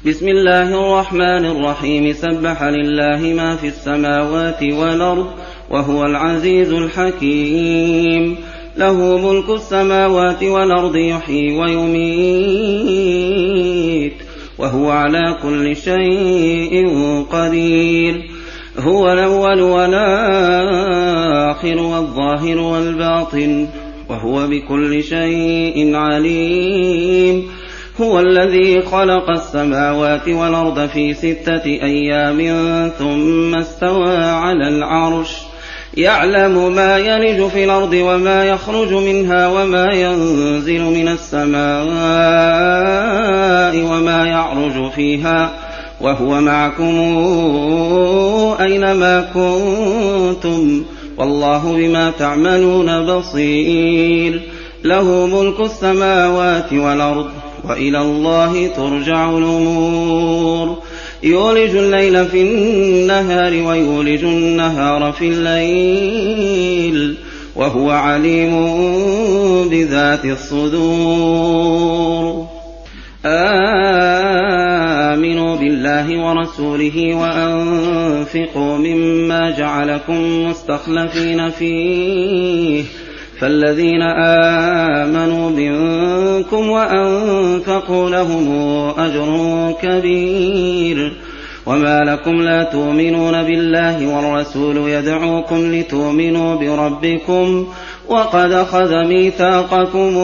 بسم الله الرحمن الرحيم سبح لله ما في السماوات والأرض وهو العزيز الحكيم له ملك السماوات والأرض يحيي ويميت وهو على كل شيء قدير هو الأول والآخر والظاهر والباطن وهو بكل شيء عليم هو الذي خلق السماوات والأرض في 6 أيام ثم استوى على العرش يعلم ما يلج في الأرض وما يخرج منها وما ينزل من السماء وما يعرج فيها وهو معكم أينما كنتم والله بما تعملون بصير له ملك السماوات والأرض وإلى الله ترجع الأمور يولج الليل في النهار ويولج النهار في الليل وهو عليم بذات الصدور آمنوا بالله ورسوله وأنفقوا مما جعلكم مستخلفين فيه فالذين آمنوا منكم وأنفقوا لهم أجر كبير وما لكم لا تؤمنون بالله والرسول يدعوكم لتؤمنوا بربكم وقد أخذ ميثاقكم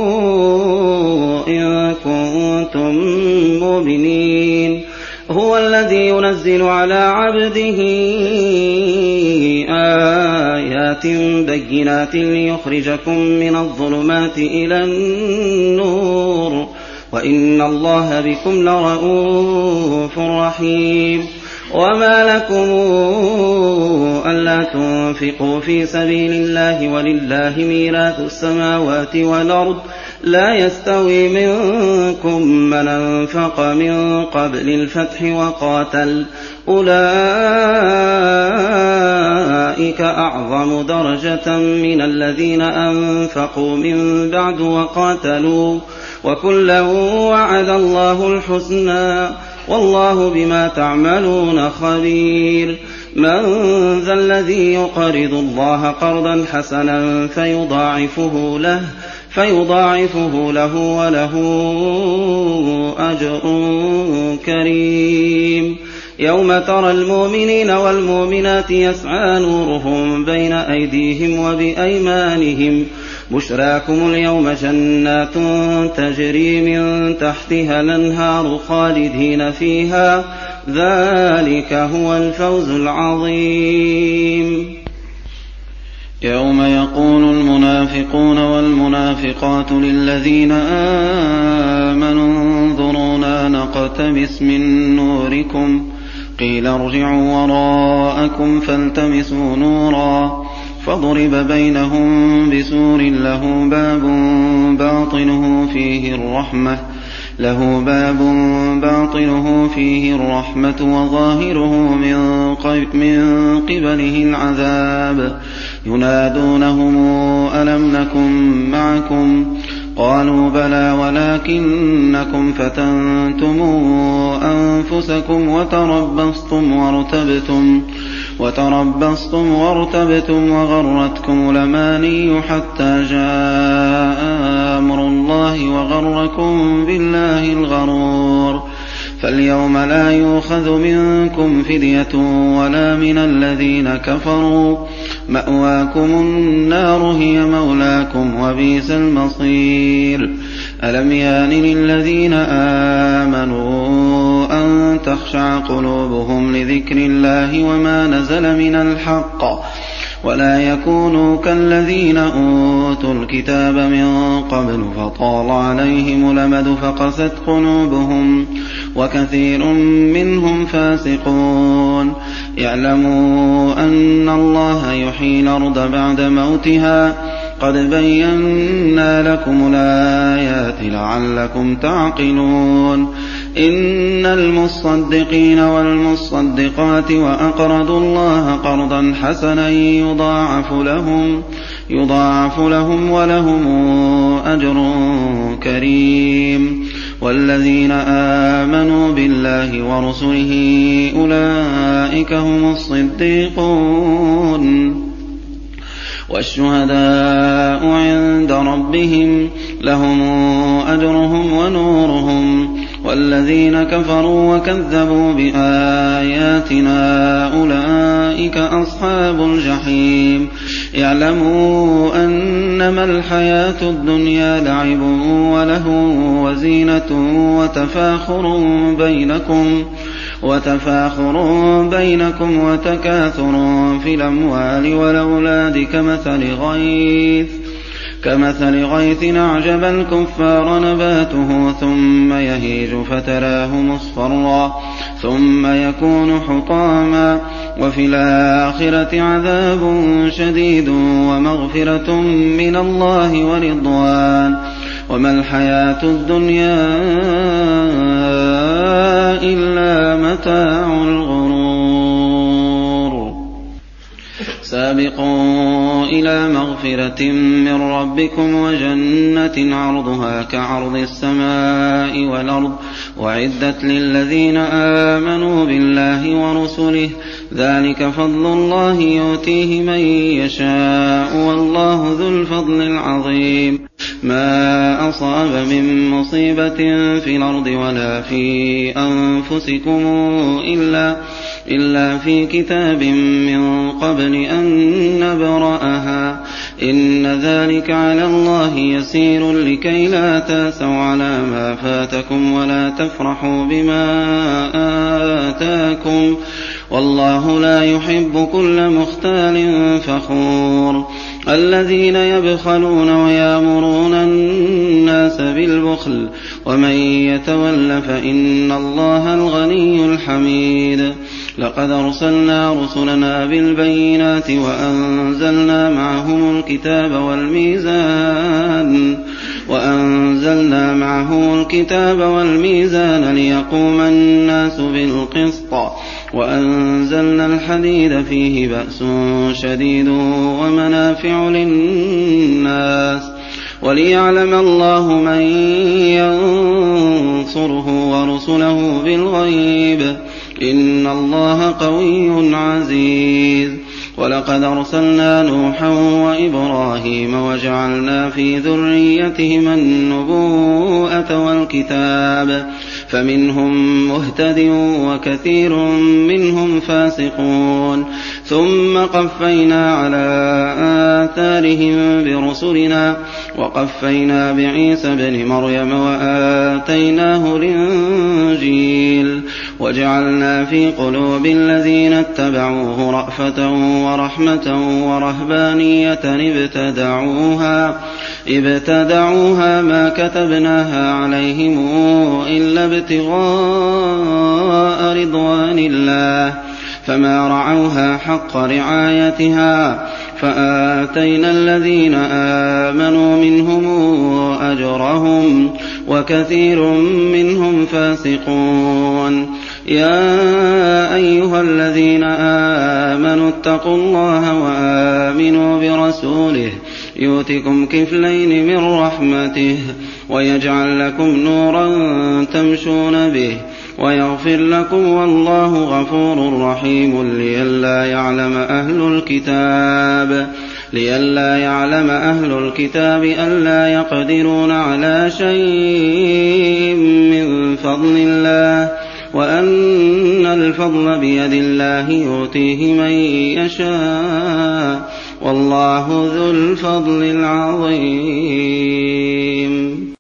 إن كنتم مؤمنين هو الذي ينزل على عبده آيات بينات ليخرجكم من الظلمات إلى النور وإن الله بكم لرءوف رحيم وما لكم ألا تنفقوا في سبيل الله ولله ميراث السماوات والأرض لا يستوي منكم من أنفق من قبل الفتح وقاتل أولئك أعظم درجة من الذين أنفقوا من بعد وقاتلوا وكلا وعد الله الحسنى والله بما تعملون خبير من ذا الذي يقرض الله قرضا حسنا فيضاعفه له وله أجر كريم يوم ترى المؤمنين والمؤمنات يسعى نورهم بين أيديهم وبأيمانهم بشراكم اليوم جنات تجري من تحتها الأنهار خالدين فيها ذلك هو الفوز العظيم يوم يقول المنافقون والمنافقات للذين آمنوا انظرونا نقتبس من نوركم قيل ارجعوا وراءكم فالتمسوا نورا فضرب بينهم بسور له باب باطنه فيه الرحمة وظاهره من قبله العذاب ينادونهم ألم نكن معكم قالوا بلى ولكنكم فتنتم أنفسكم وتربصتم وارتبتم وغرتكم الأماني حتى جاء أمر الله وغركم بالله الغرور فاليوم لا يؤخذ منكم فدية ولا من الذين كفروا مأواكم النار هي مولاكم وبئس المصير ألم يان للذين آمنوا أن تخشع قلوبهم لذكر الله وما نزل من الحق ولا يكونوا كالذين أوتوا الكتاب من قبل فطال عليهم الأمد فقست قلوبهم وكثير منهم فاسقون يعلموا أن الله يحيي الأرض بعد موتها قد بينا لكم الآيات لعلكم تعقلون إن المصدقين والمصدقات وأقرضوا الله قرضا حسنا يضاعف لهم ولهم أجر كريم والذين آمنوا بالله الله ورسله أولئك هم الصديقون والشهداء عند ربهم لهم أجرهم ونورهم والذين كفروا وكذبوا بآياتنا أولئك أصحاب الجحيم اعلموا أنما الحياة الدنيا لعب ولهو وزينة وتفاخر بينكم وتكاثر في الأموال والأولاد كمثل غيث أعجب الكفار نباته ثم يهيج فتراه مصفرا ثم يكون حطاما وفي الآخرة عذاب شديد ومغفرة من الله ورضوان وما الحياة الدنيا إلا متاع الغرور سابقوا إلى مغفرة من ربكم وجنة عرضها كعرض السماء والأرض وعدت للذين آمنوا بالله ورسله ذلك فضل الله يؤتيه من يشاء والله ذو الفضل العظيم ما أصاب من مصيبة في الأرض ولا في أنفسكم إلا في كتاب من قبل أن نبرأها إن ذلك على الله يسير لكي لا تاسوا على ما فاتكم ولا تفرحوا بما آتاكم والله لا يحب كل مختال فخور الذين يبخلون ويأمرون الناس بالبخل ومن يتول فإن الله الغني الحميد لقد أرسلنا رسلنا بالبينات وأنزلنا معهم الكتاب والميزان ليقوم الناس بالقسط وأنزلنا الحديد فيه بأس شديد ومنافع للناس وليعلم الله من ينصره ورسله بالغيب إن الله قوي عزيز ولقد أرسلنا نوحا وإبراهيم وجعلنا في ذريتهما النبوءة والكتاب فمنهم مهتد وكثير منهم فاسقون ثم قفينا على آثارهم برسلنا وقفينا بعيسى ابن مريم وآتيناه الإنجيل وجعلنا في قلوب الذين اتبعوه رأفة ورحمة ورهبانية ابتدعوها ما كتبناها عليهم إلا ابتغاء رضوان الله فما رعوها حق رعايتها فآتينا الذين آمنوا منهم أجرهم وكثير منهم فاسقون يا أيها الذين آمنوا اتقوا الله وآمنوا برسوله يؤتكم كفلين من رحمته ويجعل لكم نورا تمشون به ويغفر لكم والله غفور رحيم لئلا يعلم أهل الكتاب ألا يقدرون على شيء من فضل الله وأن الفضل بيد الله يؤتيه من يشاء والله ذو الفضل العظيم